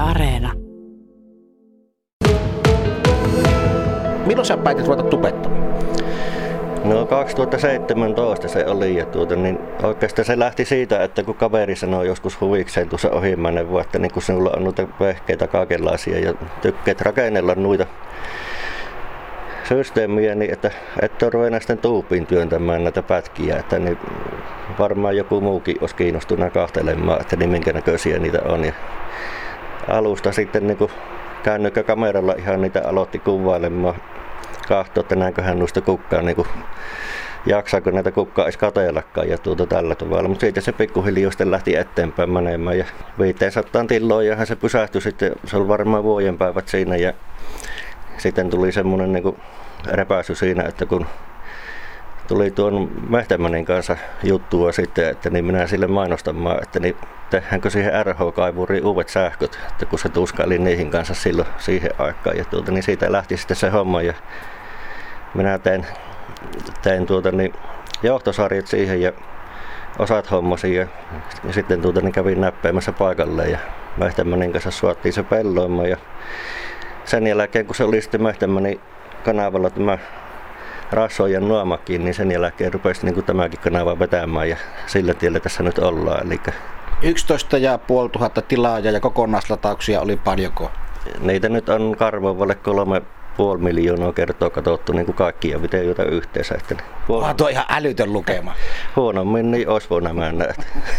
Areena. Milloin sä päätit ruveta tubettamaan? No 2017 se oli ja niin oikeastaan se lähti siitä, että kun kaveri sanoi joskus huvikseen tuossa ohimmainen vuotta, että niin kun sinulla on noita vehkeitä kaikenlaisia ja tykkäät rakennella noita systeemiä, niin että et ole ruvennut sitten tuupiin työntämään näitä pätkiä, että niin varmaan joku muukin olisi kiinnostunut kahtelemaan, että niin minkä näköisiä niitä on. Ja alusta sitten niin kännykkäkameralla ihan niitä aloitti kuvailemaan, kahtoi, että näinköhän noista kukkaa, niin jaksaako näitä kukkaa edes katsellakaan ja tällä tavalla. Mutta siitä se pikkuhiljaa sitten lähti eteenpäin menemään ja 500 tilloon ja se pysähtyi sitten, se oli varmaan vuoden päivät siinä ja sitten tuli semmoinen niin repäisy siinä, että kun tuli tuon Mehtämänin kanssa juttua sitten, että niin minä sille mainostamaan, että niin tehdäänkö siihen RH-kaivuriin uudet sähköt, että kun se tuskaili niihin kanssa silloin siihen aikaan. Ja niin siitä lähti sitten se homma ja minä tein niin johtosarjat siihen ja osat hommasin ja sitten niin kävin näppeämässä paikalle ja Mehtämänin kanssa suottiin se pelloimaan ja sen jälkeen kun se oli sitten Mehtämänin kanavalla tämä Rassojen Nuomakin, niin sen jälkeen rupesi niin kuin tämäkin kanava vetämään ja sillä tiellä tässä nyt ollaan. Eli 11 500 tilaajaa ja kokonaislatauksia oli paljonko? Niitä nyt on Karvovalle 3,5 miljoonaa kertaa katsottu niin kuin kaikkia videoita yhteensä. Tuo ihan älytön lukema. Huonommin niin olisi voinut mennä.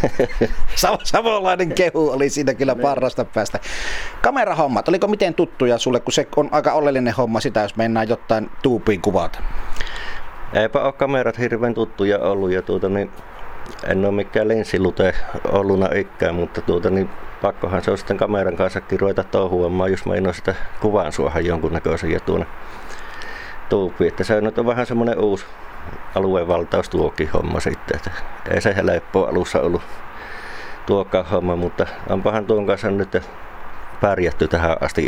Savolainen kehu oli siinä kyllä parrasta päästä. Kamerahommat, oliko miten tuttuja sulle, kun se on aika oleellinen homma sitä, jos mennään jotain tuupiin kuvata? Eipä ole kamerat hirveän tuttuja ollut ja niin en ole mikään linssilute olluna ikään, mutta niin pakkohan se on sitten kameran kanssakin ruveta touhuamaan, jos meinaa sitä kuvaan suohan jonkunnäköisen ja tuonne tuupiin. Että se nyt on vähän semmoinen uusi aluevaltaus tuokin homma sitten. Että ei se helppoa alussa ollut tuokaan homma, mutta onpahan tuon kanssa nyt pärjätty tähän asti.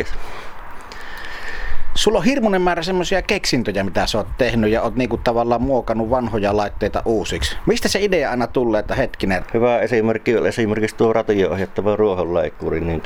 Sulla on hirmuinen määrä semmoisia keksintöjä, mitä sä oot tehnyt ja oot niinku tavallaan muokannut vanhoja laitteita uusiksi. Mistä se idea aina tulee, että hetkinen? Hyvä esimerkki oli esimerkiksi tuo ratio-ohjattava ruohonleikkuri. Niin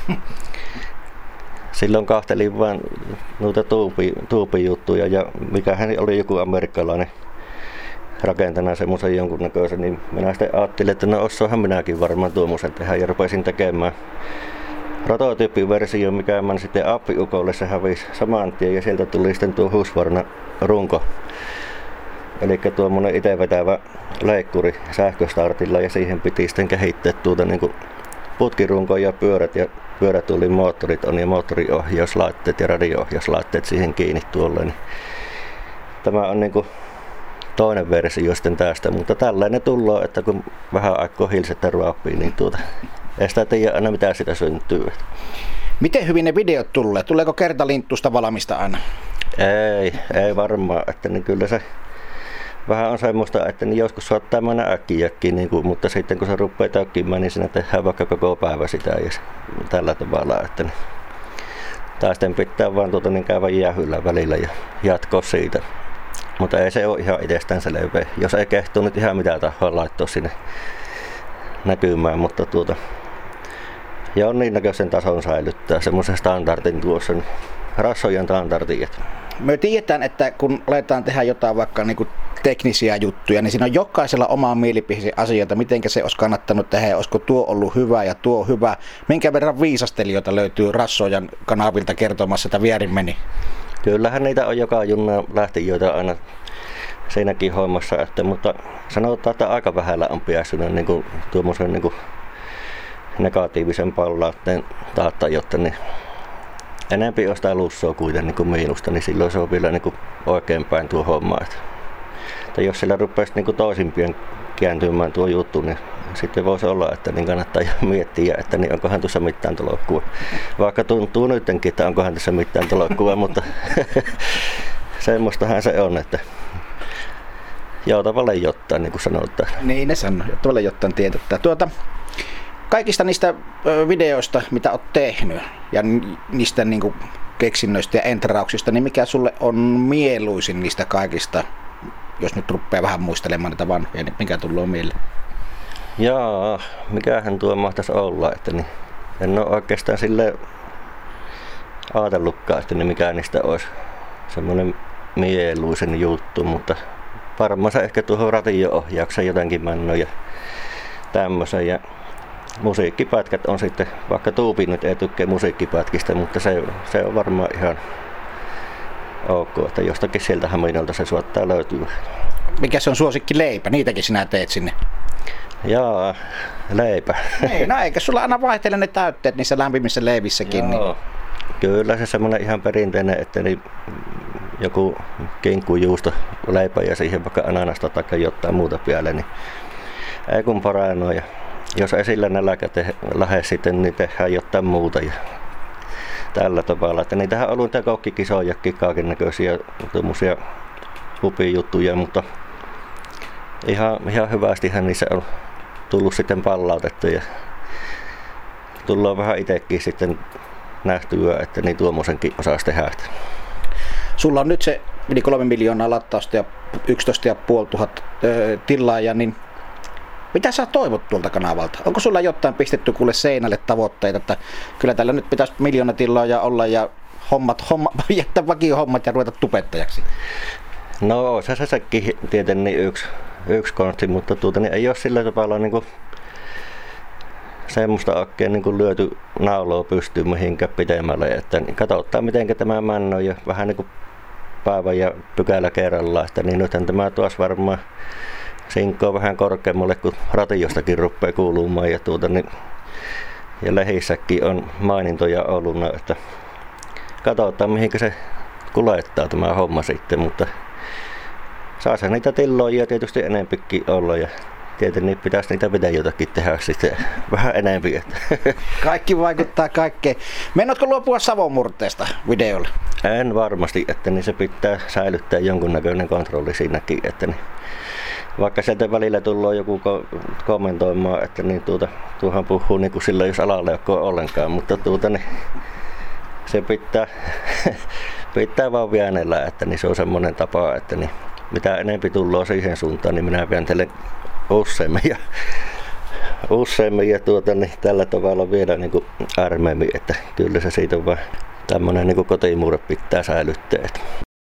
silloin kahtelin vaan noita tuupijuttuja ja mikähän oli joku amerikkalainen rakentana semmoisen jonkunnäköisen, niin minä sitten ajattelin, että no osaahan minäkin varmaan tuommoisen tehdä ja rupesin tekemään prototyyppiversio, mikä mä sitten appiukolle se hävisi saman tien ja sieltä tuli sitten tuo Husqvarna runko. Eli tuommoinen itse vetävä leikkuri sähköstartilla ja siihen piti sitten kehittää niin putkirunko ja pyörätuolimoottorit on ja moottoriohjauslaitteet ja radio-ohjauslaitteet siihen kiinni tuolle. Niin tämä on niin toinen versio sitten tästä, mutta tällainen tullaan, että kun vähän aikaa hilsettä ruoppii, niin ei sitä tiedä aina mitä sitä syntyy. Miten hyvin ne videot tulee? Tuleeko kertalinttusta valmista aina? Ei varmaan, että niin kyllä se vähän on semmoista, että niin joskus saattaa mennä äkkiäkin, mutta sitten kun se rupeaa tökkimään, niin siinä tehdään vaikka koko päivä sitä ja tällä tavalla. Että niin, tai sitten pitää vaan niin käydä jäähyllä välillä ja jatkoa siitä. Mutta ei se ole ihan itsestäänselvää, jos ei kehtuu nyt ihan mitään tahoa laittaa sinne näkymään, mutta ja on niin näköisen tason säilyttää semmoisen standardin tuossa, Rassojen standardin. Me tiedetään, että kun aletaan tehdä jotain vaikka niin kuin teknisiä juttuja, niin siinä on jokaisella oma mielipide asioita, miten se olisi kannattanut tehdä, olisiko tuo ollut hyvä ja tuo hyvä. Minkä verran viisastelijoita löytyy Rassojen kanavilta kertomassa, että vierin meni? Kyllähän niitä on joka junna lähtijöitä aina siinäkin hommassa, mutta sanotaan, että aika vähällä on päässyt niin tuommoisen niin negatiivisen palautteen tautta, jotta niin enempi on sitä lussoa kuitenkin niin kuin miinusta, niin silloin se on vielä niin oikeinpäin tuo homma. Että jos sillä rupeaisi niin toisinpäin kääntymään tuo juttu, niin sitten voisi olla, että niin kannattaa miettiä, että niin onkohan tuossa mitään tolokkua. Vaikka tuntuu nytkin, että onkohan tässä mitään tolokkua, mutta semmoistahan se on, että joutavalle jotain, niin kuin sanotaan. Niin ne sanoo, joutavalle jotain tietää. Kaikista niistä videoista, mitä olet tehnyt ja niistä niin kuin keksinnöistä ja entrauksista, niin mikä sulle on mieluisin niistä kaikista, jos nyt rupeaa vähän muistelemaan niitä vanhoja, niin mikä tulee mieleen? Jaa, mikähän tuo mahtaisi olla, että niin En ole oikeastaan sille ajatellutkaan, että mikä niistä olisi semmoinen mieluisen juttu, mutta varmaan se ehkä tuohon radio-ohjaukseen jotenkin mennä ja tämmöisen. Ja musiikkipätkät on sitten, vaikka Tuupi nyt ei tykkää musiikkipätkistä, mutta se on varmaan ihan ok, että jostakin sieltä Haminalta se suottaa löytyä. Mikä se on suosikki leipä? Niitäkin sinä teet sinne. Jaa, leipä. Ei, no eikä sulla aina vaihtele ne täytteet niissä lämpimissä leivissäkin? Joo. Niin. Kyllä se semmoinen ihan perinteinen, että niin joku kinkkujuusto leipä ja siihen vaikka ananasta tai jotain muuta päälle, niin ei kun paranoa. Ja jos esillä nälkä lähde sitten, niin tehdään jotain muuta ja tällä tavalla. Että niitähän on ollut kokkikisojakin kaikennäköisiä tuommoisia juttuja, mutta ihan hyvästihän niissä on tullut sitten palautetta ja tullaan vähän itsekin sitten nähtyä, että niin tuommoisenkin osaisi tehdä. Sulla on nyt se yli 3 miljoonaa latausta ja 11 500 tilaajaa, niin mitä sä toivot tuolta kanavalta? Onko sulla jotain pistetty kuule seinälle tavoitteita, että kyllä tällä nyt pitäisi 1 miljoona tilaajaa olla ja jättää vakiohommat ja ruveta tubettajaksi? No sekin tietenkin niin yksi konsti, mutta niin ei ole sillä tavalla niin semmoista oikein niin lyöty nauloa pystyyn mihinkään pitemmälle, että niin katsotaan miten tämä männö ja vähän niin kuin päivä ja pykälä kerrallaan, että niin nythän tämä tuossa varmaan sinkoo vähän korkeammalle, kun radiostakin rupeaa kuulumaan ja lehissäkin on mainintoja ollut, että katsotaan mihinkä se kuljettaa tämä homma sitten, mutta saisi niitä tiloja tietysti enempikin olla ja tietenkin pitäisi niitä videoitakin tehdä sitten vähän enemmän. Kaikki vaikuttaa kaikkeen. Mennätkö luopua savomurteesta videolle? En varmasti, että niin se pitää säilyttää jonkunnäköinen kontrolli siinäkin, että niin, vaikka sieltä välillä tulee joku kommentoimaan, että niin tuohan puhuu niin kuin sillä jos alalle ei ole ollenkaan, mutta niin, se pitää vaan väännellä, että niin se on semmoinen tapa, että niin, mitä enemmän tullaan siihen suuntaan, niin minä vääntelen useammin ja niin, tällä tavalla vielä niin kuin ärmeemmin, että kyllä se siitä on vaan tämmöinen niin kuin kotimuure pitää säilyttää.